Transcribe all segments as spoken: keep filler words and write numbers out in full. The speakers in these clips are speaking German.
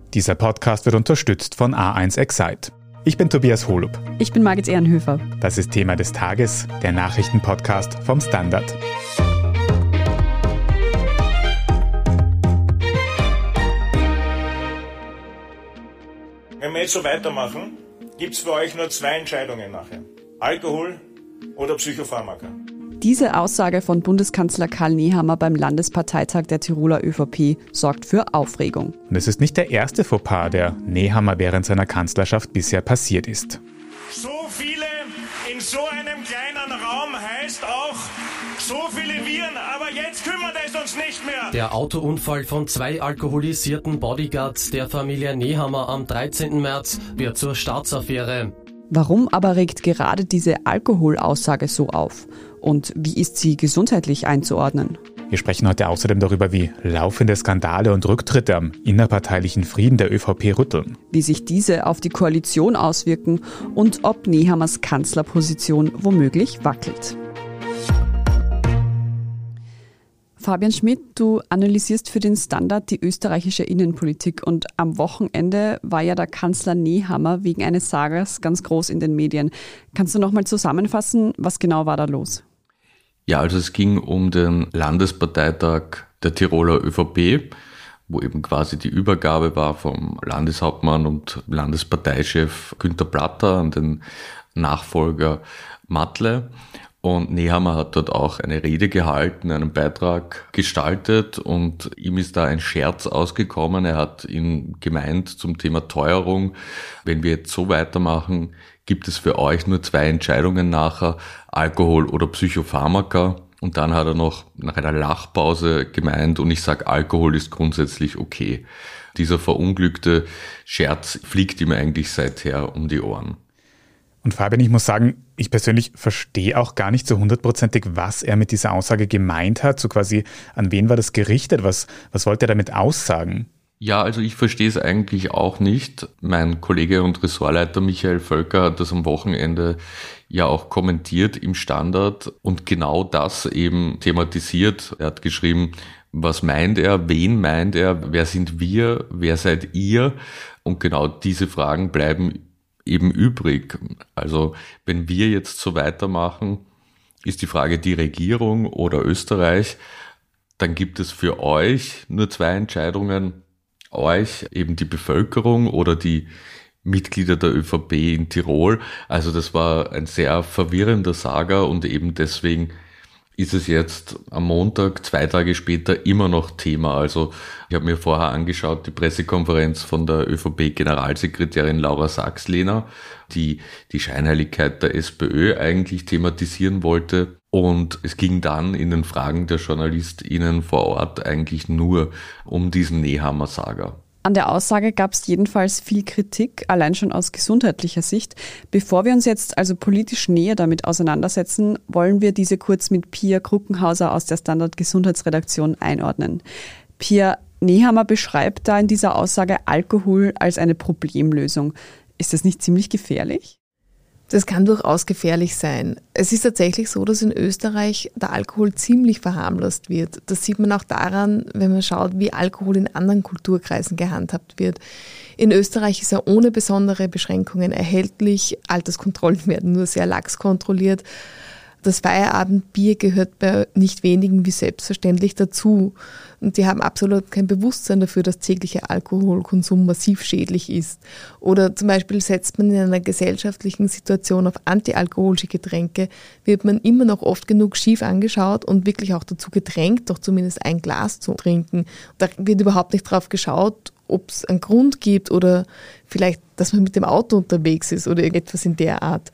Dieser Podcast wird unterstützt von A eins Excite. Ich bin Tobias Holub. Ich bin Margit Ehrenhöfer. Das ist Thema des Tages, der Nachrichtenpodcast vom Standard. Wenn wir jetzt so weitermachen, gibt es für euch nur zwei Entscheidungen nachher. Alkohol oder Psychopharmaka. Diese Aussage von Bundeskanzler Karl Nehammer beim Landesparteitag der Tiroler ÖVP sorgt für Aufregung. Und es ist nicht der erste Fauxpas, der Nehammer während seiner Kanzlerschaft bisher passiert ist. So viele in so einem kleinen Raum heißt auch so viele Viren, aber jetzt kümmert es uns nicht mehr. Der Autounfall von zwei alkoholisierten Bodyguards der Familie Nehammer am dreizehnten März wird zur Staatsaffäre. Warum aber regt gerade diese Alkoholaussage so auf? Und wie ist sie gesundheitlich einzuordnen? Wir sprechen heute außerdem darüber, wie laufende Skandale und Rücktritte am innerparteilichen Frieden der ÖVP rütteln. Wie sich diese auf die Koalition auswirken und ob Nehammers Kanzlerposition womöglich wackelt. Fabian Schmidt, du analysierst für den Standard die österreichische Innenpolitik und am Wochenende war ja der Kanzler Nehammer wegen eines Sagas ganz groß in den Medien. Kannst du nochmal zusammenfassen, was genau war da los? Ja, also es ging um den Landesparteitag der Tiroler ÖVP, wo eben quasi die Übergabe war vom Landeshauptmann und Landesparteichef Günther Platter an den Nachfolger Matle. Und Nehammer hat dort auch eine Rede gehalten, einen Beitrag gestaltet und ihm ist da ein Scherz ausgekommen. Er hat ihn gemeint zum Thema Teuerung: Wenn wir jetzt so weitermachen, gibt es für euch nur zwei Entscheidungen nachher, Alkohol oder Psychopharmaka. Und dann hat er noch nach einer Lachpause gemeint, und ich sage, Alkohol ist grundsätzlich okay. Dieser verunglückte Scherz fliegt ihm eigentlich seither um die Ohren. Und Fabian, ich muss sagen, ich persönlich verstehe auch gar nicht so hundertprozentig, was er mit dieser Aussage gemeint hat. So quasi, an wen war das gerichtet? Was, was wollte er damit aussagen? Ja, also ich verstehe es eigentlich auch nicht. Mein Kollege und Ressortleiter Michael Völker hat das am Wochenende ja auch kommentiert im Standard und genau das eben thematisiert. Er hat geschrieben, was meint er, wen meint er, wer sind wir, wer seid ihr? Und genau diese Fragen bleiben eben übrig. Also wenn wir jetzt so weitermachen, ist die Frage die Regierung oder Österreich, dann gibt es für euch nur zwei Entscheidungen. Euch, eben die Bevölkerung oder die Mitglieder der ÖVP in Tirol. Also das war ein sehr verwirrender Saga und eben deswegen ist es jetzt am Montag, zwei Tage später, immer noch Thema. Also ich habe mir vorher angeschaut, die Pressekonferenz von der ÖVP-Generalsekretärin Laura Sachs-Lehner, die die Scheinheiligkeit der SPÖ eigentlich thematisieren wollte. Und es ging dann in den Fragen der JournalistInnen vor Ort eigentlich nur um diesen Nehammer-Saga. An der Aussage gab es jedenfalls viel Kritik, allein schon aus gesundheitlicher Sicht. Bevor wir uns jetzt also politisch näher damit auseinandersetzen, wollen wir diese kurz mit Pia Kruckenhauser aus der Standard-Gesundheitsredaktion einordnen. Pia, Nehammer beschreibt da in dieser Aussage Alkohol als eine Problemlösung. Ist das nicht ziemlich gefährlich? Das kann durchaus gefährlich sein. Es ist tatsächlich so, dass in Österreich der Alkohol ziemlich verharmlost wird. Das sieht man auch daran, wenn man schaut, wie Alkohol in anderen Kulturkreisen gehandhabt wird. In Österreich ist er ohne besondere Beschränkungen erhältlich. Alterskontrollen werden nur sehr lax kontrolliert. Das Feierabendbier gehört bei nicht wenigen wie selbstverständlich dazu. Und die haben absolut kein Bewusstsein dafür, dass täglicher Alkoholkonsum massiv schädlich ist. Oder zum Beispiel setzt man in einer gesellschaftlichen Situation auf antialkoholische Getränke, wird man immer noch oft genug schief angeschaut und wirklich auch dazu gedrängt, doch zumindest ein Glas zu trinken. Da wird überhaupt nicht drauf geschaut, ob es einen Grund gibt oder vielleicht, dass man mit dem Auto unterwegs ist oder irgendetwas in der Art.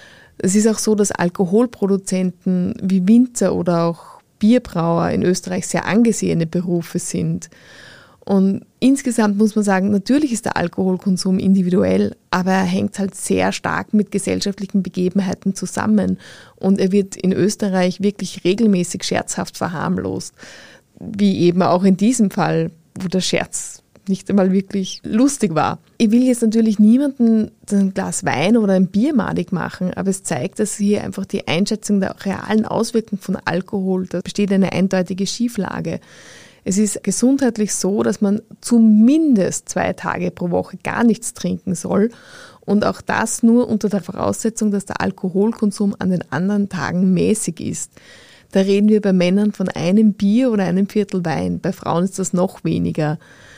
Es ist auch so, dass Alkoholproduzenten wie Winzer oder auch Bierbrauer in Österreich sehr angesehene Berufe sind. Und insgesamt muss man sagen, natürlich ist der Alkoholkonsum individuell, aber er hängt halt sehr stark mit gesellschaftlichen Begebenheiten zusammen. Und er wird in Österreich wirklich regelmäßig scherzhaft verharmlost. Wie eben auch in diesem Fall, wo der Scherz nicht einmal wirklich lustig war. Ich will jetzt natürlich niemanden ein Glas Wein oder ein Bier madig machen, aber es zeigt, dass hier einfach die Einschätzung der realen Auswirkungen von Alkohol, da besteht eine eindeutige Schieflage. Es ist gesundheitlich so, dass man zumindest zwei Tage pro Woche gar nichts trinken soll und auch das nur unter der Voraussetzung, dass der Alkoholkonsum an den anderen Tagen mäßig ist. Da reden wir bei Männern von einem Bier oder einem Viertel Wein. Bei Frauen ist das noch weniger.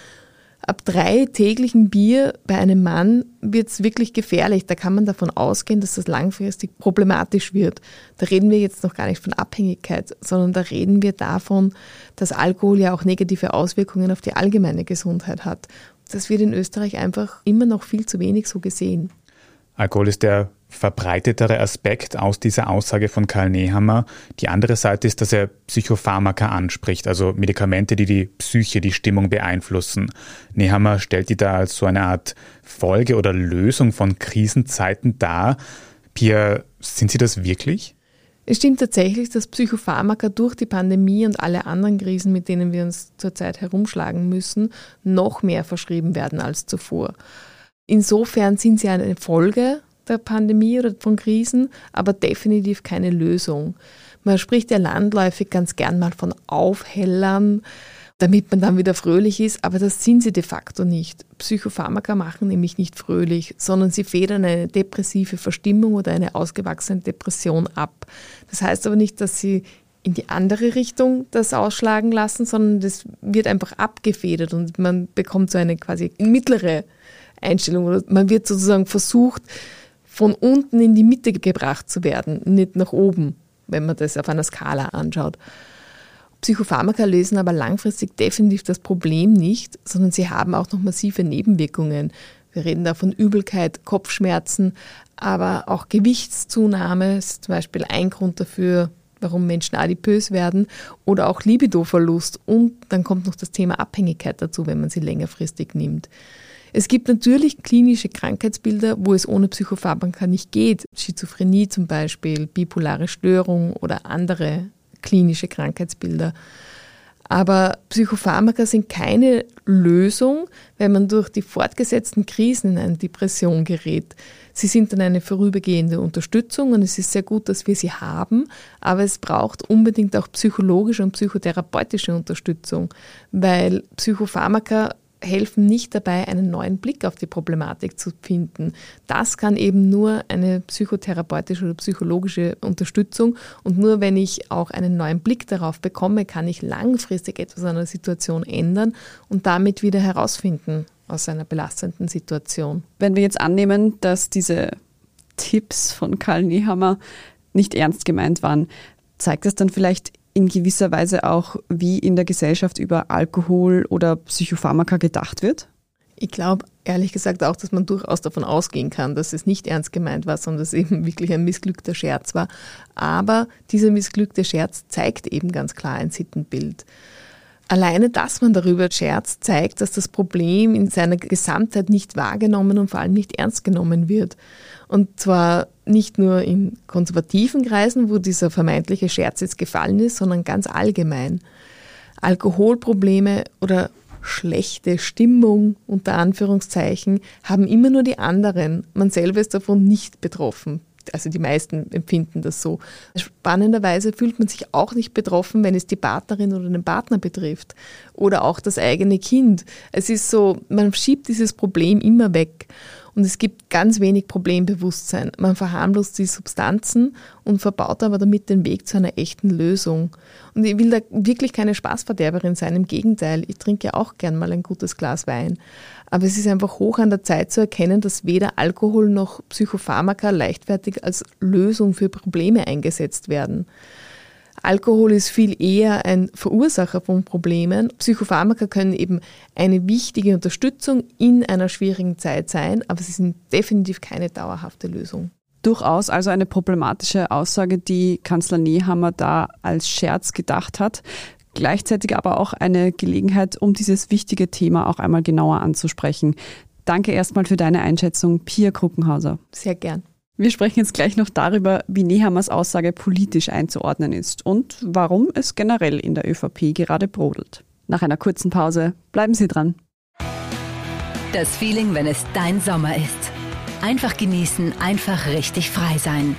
Ab drei täglichen Bier bei einem Mann wird es wirklich gefährlich. Da kann man davon ausgehen, dass das langfristig problematisch wird. Da reden wir jetzt noch gar nicht von Abhängigkeit, sondern da reden wir davon, dass Alkohol ja auch negative Auswirkungen auf die allgemeine Gesundheit hat. Das wird in Österreich einfach immer noch viel zu wenig so gesehen. Alkohol ist der verbreitetere Aspekt aus dieser Aussage von Karl Nehammer. Die andere Seite ist, dass er Psychopharmaka anspricht, also Medikamente, die die Psyche, die Stimmung beeinflussen. Nehammer stellt die da als so eine Art Folge oder Lösung von Krisenzeiten dar. Pia, sind sie das wirklich? Es stimmt tatsächlich, dass Psychopharmaka durch die Pandemie und alle anderen Krisen, mit denen wir uns zurzeit herumschlagen müssen, noch mehr verschrieben werden als zuvor. Insofern sind sie eine Folge der Pandemie oder von Krisen, aber definitiv keine Lösung. Man spricht ja landläufig ganz gern mal von Aufhellern, damit man dann wieder fröhlich ist, aber das sind sie de facto nicht. Psychopharmaka machen nämlich nicht fröhlich, sondern sie federn eine depressive Verstimmung oder eine ausgewachsene Depression ab. Das heißt aber nicht, dass sie in die andere Richtung das ausschlagen lassen, sondern das wird einfach abgefedert und man bekommt so eine quasi mittlere Einstellung oder man wird sozusagen versucht, von unten in die Mitte gebracht zu werden, nicht nach oben, wenn man das auf einer Skala anschaut. Psychopharmaka lösen aber langfristig definitiv das Problem nicht, sondern sie haben auch noch massive Nebenwirkungen. Wir reden da von Übelkeit, Kopfschmerzen, aber auch Gewichtszunahme ist zum Beispiel ein Grund dafür, warum Menschen adipös werden, oder auch Libidoverlust. Und dann kommt noch das Thema Abhängigkeit dazu, wenn man sie längerfristig nimmt. Es gibt natürlich klinische Krankheitsbilder, wo es ohne Psychopharmaka nicht geht. Schizophrenie zum Beispiel, bipolare Störung oder andere klinische Krankheitsbilder. Aber Psychopharmaka sind keine Lösung, wenn man durch die fortgesetzten Krisen in eine Depression gerät. Sie sind dann eine vorübergehende Unterstützung und es ist sehr gut, dass wir sie haben, aber es braucht unbedingt auch psychologische und psychotherapeutische Unterstützung, weil Psychopharmaka helfen nicht dabei, einen neuen Blick auf die Problematik zu finden. Das kann eben nur eine psychotherapeutische oder psychologische Unterstützung und nur wenn ich auch einen neuen Blick darauf bekomme, kann ich langfristig etwas an der Situation ändern und damit wieder herausfinden aus einer belastenden Situation. Wenn wir jetzt annehmen, dass diese Tipps von Karl Nehammer nicht ernst gemeint waren, zeigt das dann vielleicht in gewisser Weise auch, wie in der Gesellschaft über Alkohol oder Psychopharmaka gedacht wird? Ich glaube, ehrlich gesagt auch, dass man durchaus davon ausgehen kann, dass es nicht ernst gemeint war, sondern dass es eben wirklich ein missglückter Scherz war. Aber dieser missglückte Scherz zeigt eben ganz klar ein Sittenbild. Alleine, dass man darüber scherzt, zeigt, dass das Problem in seiner Gesamtheit nicht wahrgenommen und vor allem nicht ernst genommen wird. Und zwar nicht nur in konservativen Kreisen, wo dieser vermeintliche Scherz jetzt gefallen ist, sondern ganz allgemein. Alkoholprobleme oder schlechte Stimmung unter Anführungszeichen haben immer nur die anderen. Man selber ist davon nicht betroffen. Also die meisten empfinden das so. Spannenderweise fühlt man sich auch nicht betroffen, wenn es die Partnerin oder den Partner betrifft oder auch das eigene Kind. Es ist so, man schiebt dieses Problem immer weg und es gibt ganz wenig Problembewusstsein. Man verharmlost die Substanzen und verbaut aber damit den Weg zu einer echten Lösung. Und ich will da wirklich keine Spaßverderberin sein, im Gegenteil, ich trinke ja auch gern mal ein gutes Glas Wein. Aber es ist einfach hoch an der Zeit zu erkennen, dass weder Alkohol noch Psychopharmaka leichtfertig als Lösung für Probleme eingesetzt werden. Alkohol ist viel eher ein Verursacher von Problemen. Psychopharmaka können eben eine wichtige Unterstützung in einer schwierigen Zeit sein, aber sie sind definitiv keine dauerhafte Lösung. Durchaus also eine problematische Aussage, die Kanzler Nehammer da als Scherz gedacht hat. Gleichzeitig aber auch eine Gelegenheit, um dieses wichtige Thema auch einmal genauer anzusprechen. Danke erstmal für deine Einschätzung, Pia Kruckenhauser. Sehr gern. Wir sprechen jetzt gleich noch darüber, wie Nehammers Aussage politisch einzuordnen ist und warum es generell in der ÖVP gerade brodelt. Nach einer kurzen Pause bleiben Sie dran. Das Feeling, wenn es dein Sommer ist. Einfach genießen, einfach richtig frei sein.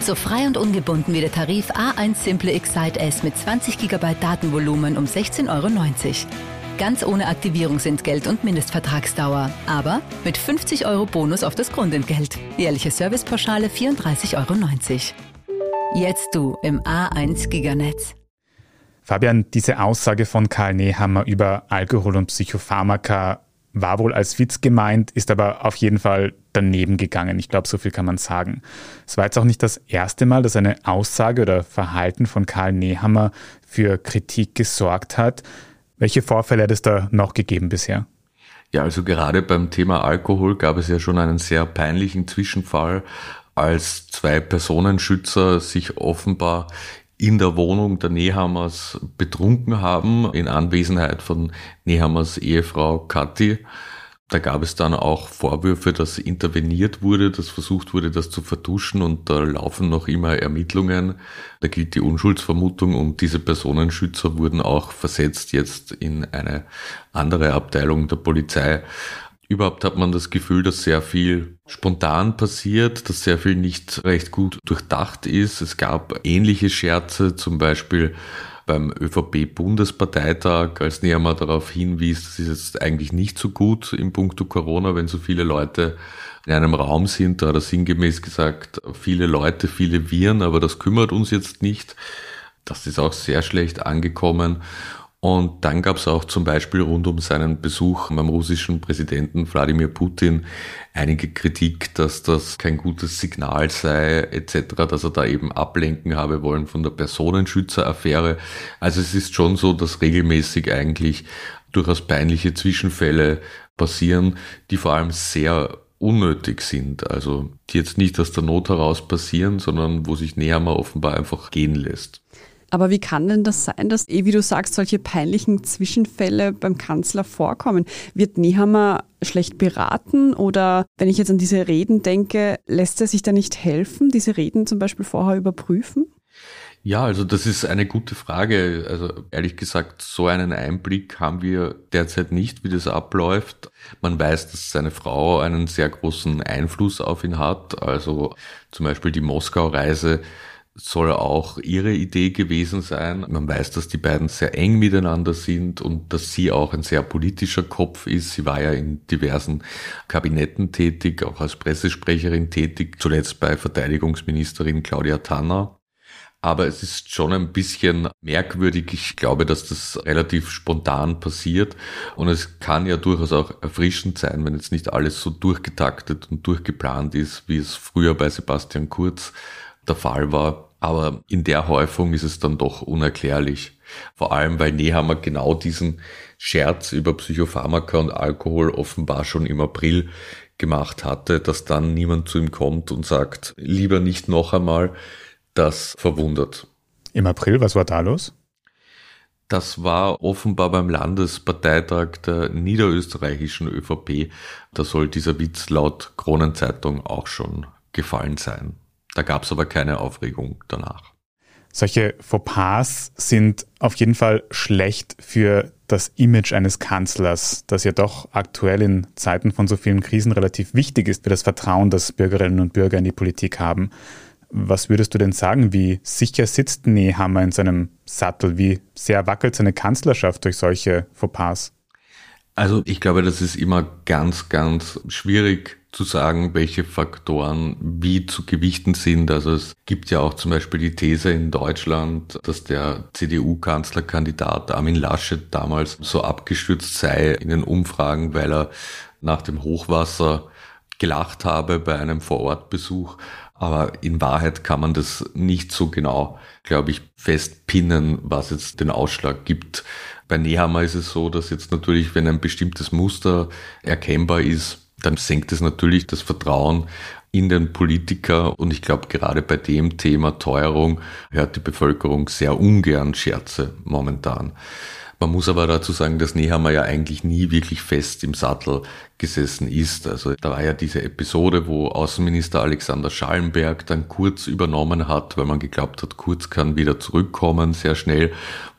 So frei und ungebunden wie der Tarif A eins Simple Excite S mit zwanzig Gigabyte Datenvolumen um sechzehn Euro neunzig. Ganz ohne Aktivierungsentgelt und Mindestvertragsdauer, aber mit fünfzig Euro Bonus auf das Grundentgelt. Jährliche Servicepauschale vierunddreißig Euro neunzig. Jetzt du im A eins Giganetz. Fabian, diese Aussage von Karl Nehammer über Alkohol und Psychopharmaka war wohl als Witz gemeint, ist aber auf jeden Fall daneben gegangen. Ich glaube, so viel kann man sagen. Es war jetzt auch nicht das erste Mal, dass eine Aussage oder Verhalten von Karl Nehammer für Kritik gesorgt hat. Welche Vorfälle hat es da noch gegeben bisher? Ja, also gerade beim Thema Alkohol gab es ja schon einen sehr peinlichen Zwischenfall, als zwei Personenschützer sich offenbar in der Wohnung der Nehammers betrunken haben, in Anwesenheit von Nehammers Ehefrau Kathi. Da gab es dann auch Vorwürfe, dass interveniert wurde, dass versucht wurde, das zu vertuschen, und da laufen noch immer Ermittlungen. Da gilt die Unschuldsvermutung und diese Personenschützer wurden auch versetzt jetzt in eine andere Abteilung der Polizei. Überhaupt hat man das Gefühl, dass sehr viel spontan passiert, dass sehr viel nicht recht gut durchdacht ist. Es gab ähnliche Scherze, zum Beispiel beim ÖVP-Bundesparteitag, als Nehammer darauf hinwies, das ist jetzt eigentlich nicht so gut in puncto Corona, wenn so viele Leute in einem Raum sind. Da hat er sinngemäß gesagt, viele Leute, viele Viren, aber das kümmert uns jetzt nicht. Das ist auch sehr schlecht angekommen. Und dann gab es auch zum Beispiel rund um seinen Besuch beim russischen Präsidenten Wladimir Putin einige Kritik, dass das kein gutes Signal sei et cetera, dass er da eben ablenken habe wollen von der Personenschützeraffäre. Also es ist schon so, dass regelmäßig eigentlich durchaus peinliche Zwischenfälle passieren, die vor allem sehr unnötig sind. Also die jetzt nicht aus der Not heraus passieren, sondern wo sich Nehammer offenbar einfach gehen lässt. Aber wie kann denn das sein, dass, eh wie du sagst, solche peinlichen Zwischenfälle beim Kanzler vorkommen? Wird Nehammer schlecht beraten, oder wenn ich jetzt an diese Reden denke, lässt er sich da nicht helfen, diese Reden zum Beispiel vorher überprüfen? Ja, also das ist eine gute Frage. Also ehrlich gesagt, so einen Einblick haben wir derzeit nicht, wie das abläuft. Man weiß, dass seine Frau einen sehr großen Einfluss auf ihn hat. Also zum Beispiel die Moskau-Reise soll auch ihre Idee gewesen sein. Man weiß, dass die beiden sehr eng miteinander sind und dass sie auch ein sehr politischer Kopf ist. Sie war ja in diversen Kabinetten tätig, auch als Pressesprecherin tätig, zuletzt bei Verteidigungsministerin Claudia Tanner. Aber es ist schon ein bisschen merkwürdig. Ich glaube, dass das relativ spontan passiert. Und es kann ja durchaus auch erfrischend sein, wenn jetzt nicht alles so durchgetaktet und durchgeplant ist, wie es früher bei Sebastian Kurz der Fall war. Aber in der Häufung ist es dann doch unerklärlich. Vor allem, weil Nehammer genau diesen Scherz über Psychopharmaka und Alkohol offenbar schon im April gemacht hatte, dass dann niemand zu ihm kommt und sagt, lieber nicht noch einmal. Das verwundert. Im April, was war da los? Das war offenbar beim Landesparteitag der niederösterreichischen ÖVP. Da soll dieser Witz laut Kronenzeitung auch schon gefallen sein. Da gab es aber keine Aufregung danach. Solche Fauxpas sind auf jeden Fall schlecht für das Image eines Kanzlers, das ja doch aktuell in Zeiten von so vielen Krisen relativ wichtig ist für das Vertrauen, das Bürgerinnen und Bürger in die Politik haben. Was würdest du denn sagen, wie sicher sitzt Nehammer in seinem Sattel? Wie sehr wackelt seine Kanzlerschaft durch solche Fauxpas? Also ich glaube, das ist immer ganz, ganz schwierig zu sagen, welche Faktoren wie zu gewichten sind. Also es gibt ja auch zum Beispiel die These in Deutschland, dass der C D U-Kanzlerkandidat Armin Laschet damals so abgestürzt sei in den Umfragen, weil er nach dem Hochwasser gelacht habe bei einem Vorortbesuch. Aber in Wahrheit kann man das nicht so genau, glaube ich, festpinnen, was jetzt den Ausschlag gibt. Bei Nehammer ist es so, dass jetzt natürlich, wenn ein bestimmtes Muster erkennbar ist, dann senkt es natürlich das Vertrauen in den Politiker. Und ich glaube, gerade bei dem Thema Teuerung hört die Bevölkerung sehr ungern Scherze momentan. Man muss aber dazu sagen, dass Nehammer ja eigentlich nie wirklich fest im Sattel gesessen ist. Also da war ja diese Episode, wo Außenminister Alexander Schallenberg dann Kurz übernommen hat, weil man geglaubt hat, Kurz kann wieder zurückkommen sehr schnell.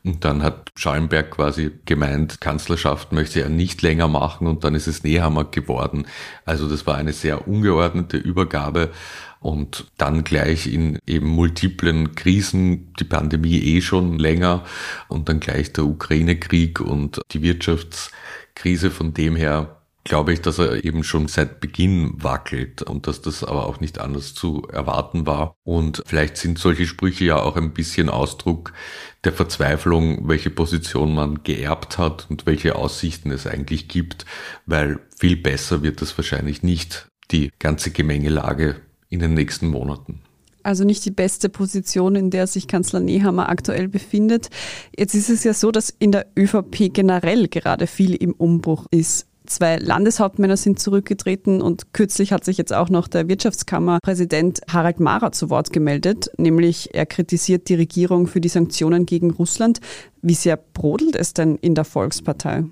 Und dann hat Schallenberg quasi gemeint, Kanzlerschaft möchte er nicht länger machen und dann ist es Nehammer geworden. Also das war eine sehr ungeordnete Übergabe und dann gleich in eben multiplen Krisen, die Pandemie eh schon länger und dann gleich der Ukraine-Krieg und die Wirtschaftskrise. Von dem her glaube ich, dass er eben schon seit Beginn wackelt und dass das aber auch nicht anders zu erwarten war. Und vielleicht sind solche Sprüche ja auch ein bisschen Ausdruck der Verzweiflung, welche Position man geerbt hat und welche Aussichten es eigentlich gibt, weil viel besser wird das wahrscheinlich nicht, die ganze Gemengelage in den nächsten Monaten. Also nicht die beste Position, in der sich Kanzler Nehammer aktuell befindet. Jetzt ist es ja so, dass in der ÖVP generell gerade viel im Umbruch ist. Zwei Landeshauptmänner sind zurückgetreten und kürzlich hat sich jetzt auch noch der Wirtschaftskammerpräsident Harald Mahrer zu Wort gemeldet, nämlich er kritisiert die Regierung für die Sanktionen gegen Russland. Wie sehr brodelt es denn in der Volkspartei?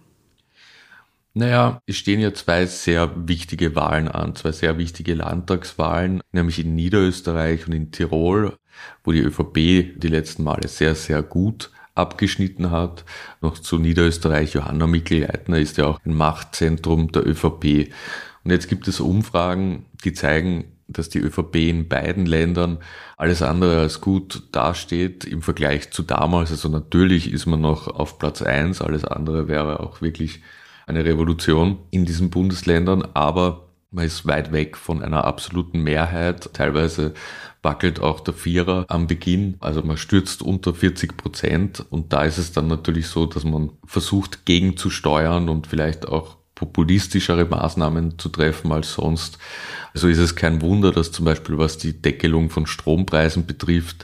Naja, es stehen ja zwei sehr wichtige Wahlen an, zwei sehr wichtige Landtagswahlen, nämlich in Niederösterreich und in Tirol, wo die ÖVP die letzten Male sehr, sehr gut abgeschnitten hat. Noch zu Niederösterreich, Johanna Mikl-Leitner ist ja auch ein Machtzentrum der ÖVP. Und jetzt gibt es Umfragen, die zeigen, dass die ÖVP in beiden Ländern alles andere als gut dasteht im Vergleich zu damals. Also natürlich ist man noch auf Platz eins, alles andere wäre auch wirklich eine Revolution in diesen Bundesländern, aber man ist weit weg von einer absoluten Mehrheit. Teilweise wackelt auch der Vierer am Beginn, also man stürzt unter vierzig Prozent und da ist es dann natürlich so, dass man versucht gegenzusteuern und vielleicht auch populistischere Maßnahmen zu treffen als sonst. Also ist es kein Wunder, dass zum Beispiel was die Deckelung von Strompreisen betrifft,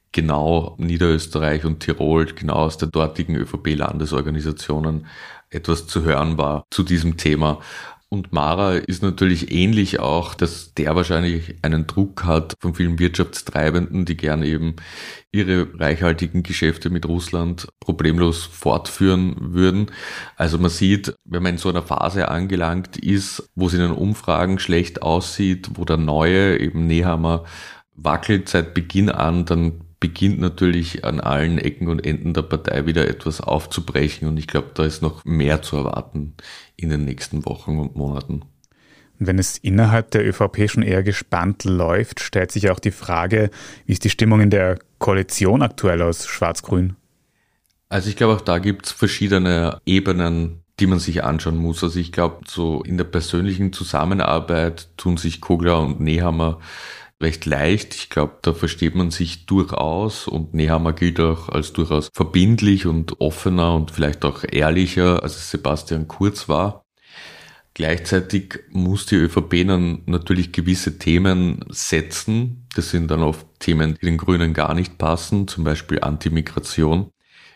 genau Niederösterreich und Tirol, genau aus der dortigen ÖVP-Landesorganisationen etwas zu hören war zu diesem Thema. Und Mahrer ist natürlich ähnlich auch, dass der wahrscheinlich einen Druck hat von vielen Wirtschaftstreibenden, die gern eben ihre reichhaltigen Geschäfte mit Russland problemlos fortführen würden. Also man sieht, wenn man in so einer Phase angelangt ist, wo es in den Umfragen schlecht aussieht, wo der Neue, eben Nehammer, wackelt seit Beginn an, dann beginnt natürlich an allen Ecken und Enden der Partei wieder etwas aufzubrechen und ich glaube, da ist noch mehr zu erwarten in den nächsten Wochen und Monaten. Und wenn es innerhalb der ÖVP schon eher gespannt läuft, stellt sich auch die Frage, wie ist die Stimmung in der Koalition aktuell aus Schwarz-Grün? Also ich glaube, auch da gibt es verschiedene Ebenen, die man sich anschauen muss. Also ich glaube, so in der persönlichen Zusammenarbeit tun sich Kogler und Nehammer recht leicht. Ich glaube, da versteht man sich durchaus und Nehammer gilt auch als durchaus verbindlich und offener und vielleicht auch ehrlicher, als es Sebastian Kurz war. Gleichzeitig muss die ÖVP dann natürlich gewisse Themen setzen. Das sind dann oft Themen, die den Grünen gar nicht passen, zum Beispiel Antimigration.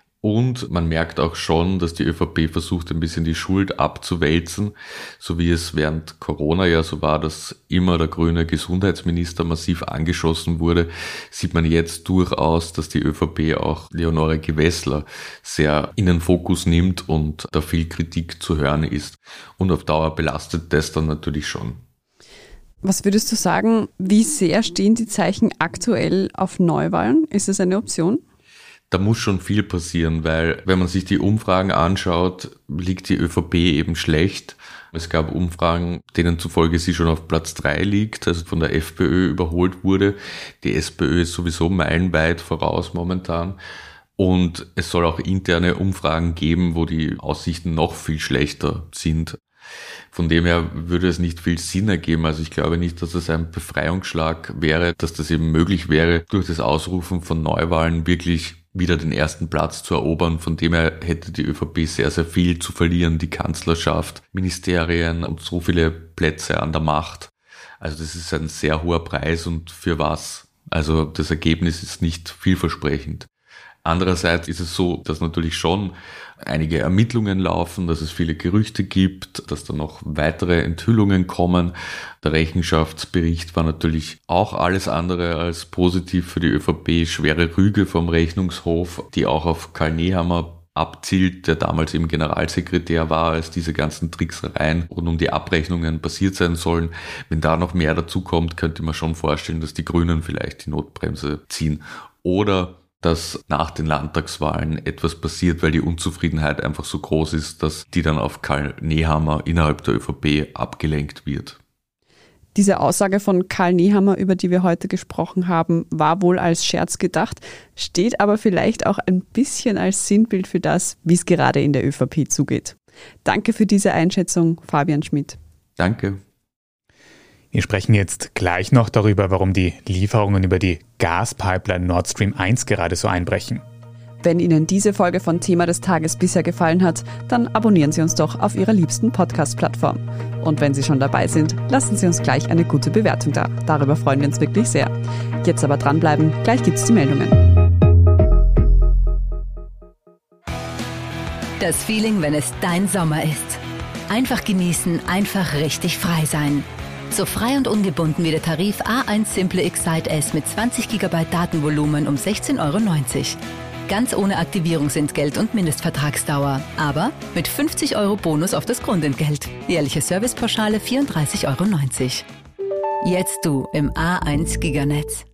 Und man merkt auch schon, dass die ÖVP versucht, ein bisschen die Schuld abzuwälzen, so wie es während Corona ja so war, dass immer der grüne Gesundheitsminister massiv angeschossen wurde, sieht man jetzt durchaus, dass die ÖVP auch Leonore Gewessler sehr in den Fokus nimmt und da viel Kritik zu hören ist. Und auf Dauer belastet das dann natürlich schon. Was würdest du sagen, wie sehr stehen die Zeichen aktuell auf Neuwahlen? Ist das eine Option? Da muss schon viel passieren, weil wenn man sich die Umfragen anschaut, liegt die ÖVP eben schlecht. Es gab Umfragen, denen zufolge sie schon auf Platz drei liegt, also von der FPÖ überholt wurde. Die SPÖ ist sowieso meilenweit voraus momentan. Und es soll auch interne Umfragen geben, wo die Aussichten noch viel schlechter sind. Von dem her würde es nicht viel Sinn ergeben. Also ich glaube nicht, dass es ein Befreiungsschlag wäre, dass das eben möglich wäre, durch das Ausrufen von Neuwahlen wirklich wieder den ersten Platz zu erobern. Von dem her hätte die ÖVP sehr, sehr viel zu verlieren. Die Kanzlerschaft, Ministerien und so viele Plätze an der Macht. Also das ist ein sehr hoher Preis und für was? Also das Ergebnis ist nicht vielversprechend. Andererseits ist es so, dass natürlich schon einige Ermittlungen laufen, dass es viele Gerüchte gibt, dass da noch weitere Enthüllungen kommen. Der Rechenschaftsbericht war natürlich auch alles andere als positiv für die ÖVP. Schwere Rüge vom Rechnungshof, die auch auf Karl Nehammer abzielt, der damals eben Generalsekretär war, als diese ganzen Tricksereien rund um die Abrechnungen passiert sein sollen. Wenn da noch mehr dazu kommt, könnte man schon vorstellen, dass die Grünen vielleicht die Notbremse ziehen. Oder dass nach den Landtagswahlen etwas passiert, weil die Unzufriedenheit einfach so groß ist, dass die dann auf Karl Nehammer innerhalb der ÖVP abgelenkt wird. Diese Aussage von Karl Nehammer, über die wir heute gesprochen haben, war wohl als Scherz gedacht, steht aber vielleicht auch ein bisschen als Sinnbild für das, wie es gerade in der ÖVP zugeht. Danke für diese Einschätzung, Fabian Schmidt. Danke. Wir sprechen jetzt gleich noch darüber, warum die Lieferungen über die Gaspipeline Nord Stream eins gerade so einbrechen. Wenn Ihnen diese Folge von Thema des Tages bisher gefallen hat, dann abonnieren Sie uns doch auf Ihrer liebsten Podcast-Plattform. Und wenn Sie schon dabei sind, lassen Sie uns gleich eine gute Bewertung da. Darüber freuen wir uns wirklich sehr. Jetzt aber dranbleiben, gleich gibt's die Meldungen. Das Feeling, wenn es dein Sommer ist. Einfach genießen, einfach richtig frei sein. So frei und ungebunden wie der Tarif A eins Simple Excite S mit zwanzig Gigabyte Datenvolumen um sechzehn Euro neunzig. Ganz ohne Aktivierungsentgelt und Mindestvertragsdauer. Aber mit fünfzig Euro Bonus auf das Grundentgelt. Jährliche Servicepauschale vierunddreißig Euro neunzig. Jetzt du im A eins Giganetz.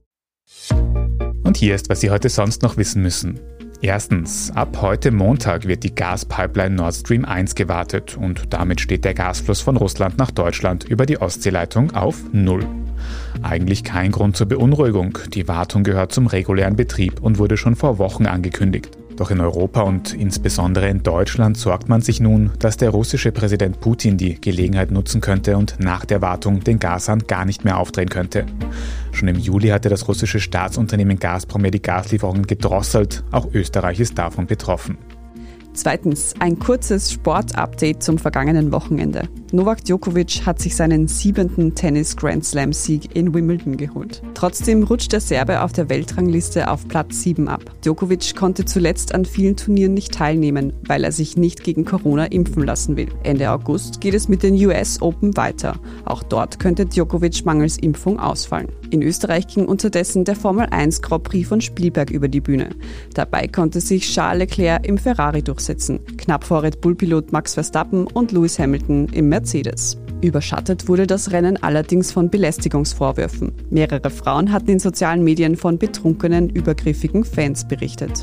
Und hier ist, was Sie heute sonst noch wissen müssen. Erstens, ab heute Montag wird die Gaspipeline Nord Stream eins gewartet und damit steht der Gasfluss von Russland nach Deutschland über die Ostseeleitung auf Null. Eigentlich kein Grund zur Beunruhigung, die Wartung gehört zum regulären Betrieb und wurde schon vor Wochen angekündigt. Doch in Europa und insbesondere in Deutschland sorgt man sich nun, dass der russische Präsident Putin die Gelegenheit nutzen könnte und nach der Wartung den Gashahn gar nicht mehr aufdrehen könnte. Schon im Juli hatte das russische Staatsunternehmen Gazprom ja die Gaslieferungen gedrosselt, auch Österreich ist davon betroffen. Zweitens, ein kurzes Sport-Update zum vergangenen Wochenende. Novak Djokovic hat sich seinen siebenten Tennis-Grand-Slam-Sieg in Wimbledon geholt. Trotzdem rutscht der Serbe auf der Weltrangliste auf Platz sieben ab. Djokovic konnte zuletzt an vielen Turnieren nicht teilnehmen, weil er sich nicht gegen Corona impfen lassen will. Ende August geht es mit den U S Open weiter. Auch dort könnte Djokovic mangels Impfung ausfallen. In Österreich ging unterdessen der Formel eins Grand Prix von Spielberg über die Bühne. Dabei konnte sich Charles Leclerc im Ferrari durchsetzen, knapp vor Red Bull-Pilot Max Verstappen und Lewis Hamilton im Mercedes. Überschattet wurde das Rennen allerdings von Belästigungsvorwürfen. Mehrere Frauen hatten in sozialen Medien von betrunkenen, übergriffigen Fans berichtet.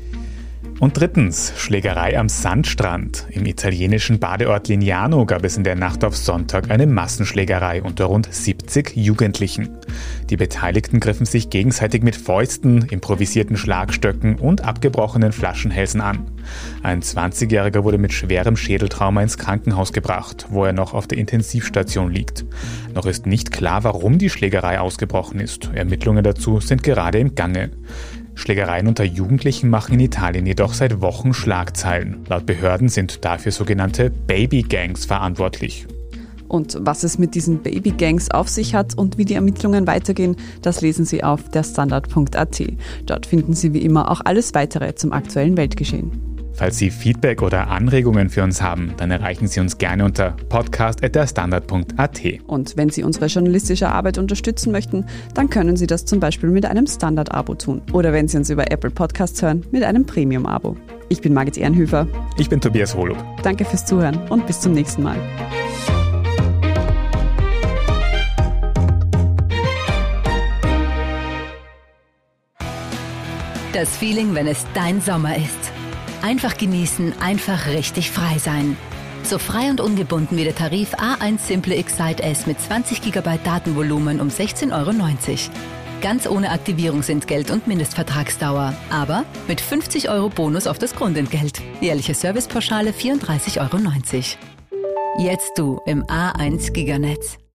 Und drittens, Schlägerei am Sandstrand. Im italienischen Badeort Lignano gab es in der Nacht auf Sonntag eine Massenschlägerei unter rund siebzig Jugendlichen. Die Beteiligten griffen sich gegenseitig mit Fäusten, improvisierten Schlagstöcken und abgebrochenen Flaschenhälsen an. Ein zwanzigjähriger wurde mit schwerem Schädeltrauma ins Krankenhaus gebracht, wo er noch auf der Intensivstation liegt. Noch ist nicht klar, warum die Schlägerei ausgebrochen ist. Ermittlungen dazu sind gerade im Gange. Schlägereien unter Jugendlichen machen in Italien jedoch seit Wochen Schlagzeilen. Laut Behörden sind dafür sogenannte Baby-Gangs verantwortlich. Und was es mit diesen Baby-Gangs auf sich hat und wie die Ermittlungen weitergehen, das lesen Sie auf der Standard punkt a t. Dort finden Sie wie immer auch alles weitere zum aktuellen Weltgeschehen. Falls Sie Feedback oder Anregungen für uns haben, dann erreichen Sie uns gerne unter podcast at der standard punkt a t. Und wenn Sie unsere journalistische Arbeit unterstützen möchten, dann können Sie das zum Beispiel mit einem Standard-Abo tun. Oder wenn Sie uns über Apple Podcasts hören, mit einem Premium-Abo. Ich bin Margit Ehrenhöfer. Ich bin Tobias Holub. Danke fürs Zuhören und bis zum nächsten Mal. Das Feeling, wenn es dein Sommer ist. Einfach genießen, einfach richtig frei sein. So frei und ungebunden wie der Tarif A eins Simple Excite S mit zwanzig Gigabyte Datenvolumen um sechzehn Euro neunzig. Ganz ohne Aktivierungsentgelt und Mindestvertragsdauer. Aber mit fünfzig Euro Bonus auf das Grundentgelt. Jährliche Servicepauschale vierunddreißig Euro neunzig. Jetzt du im A eins Giganetz.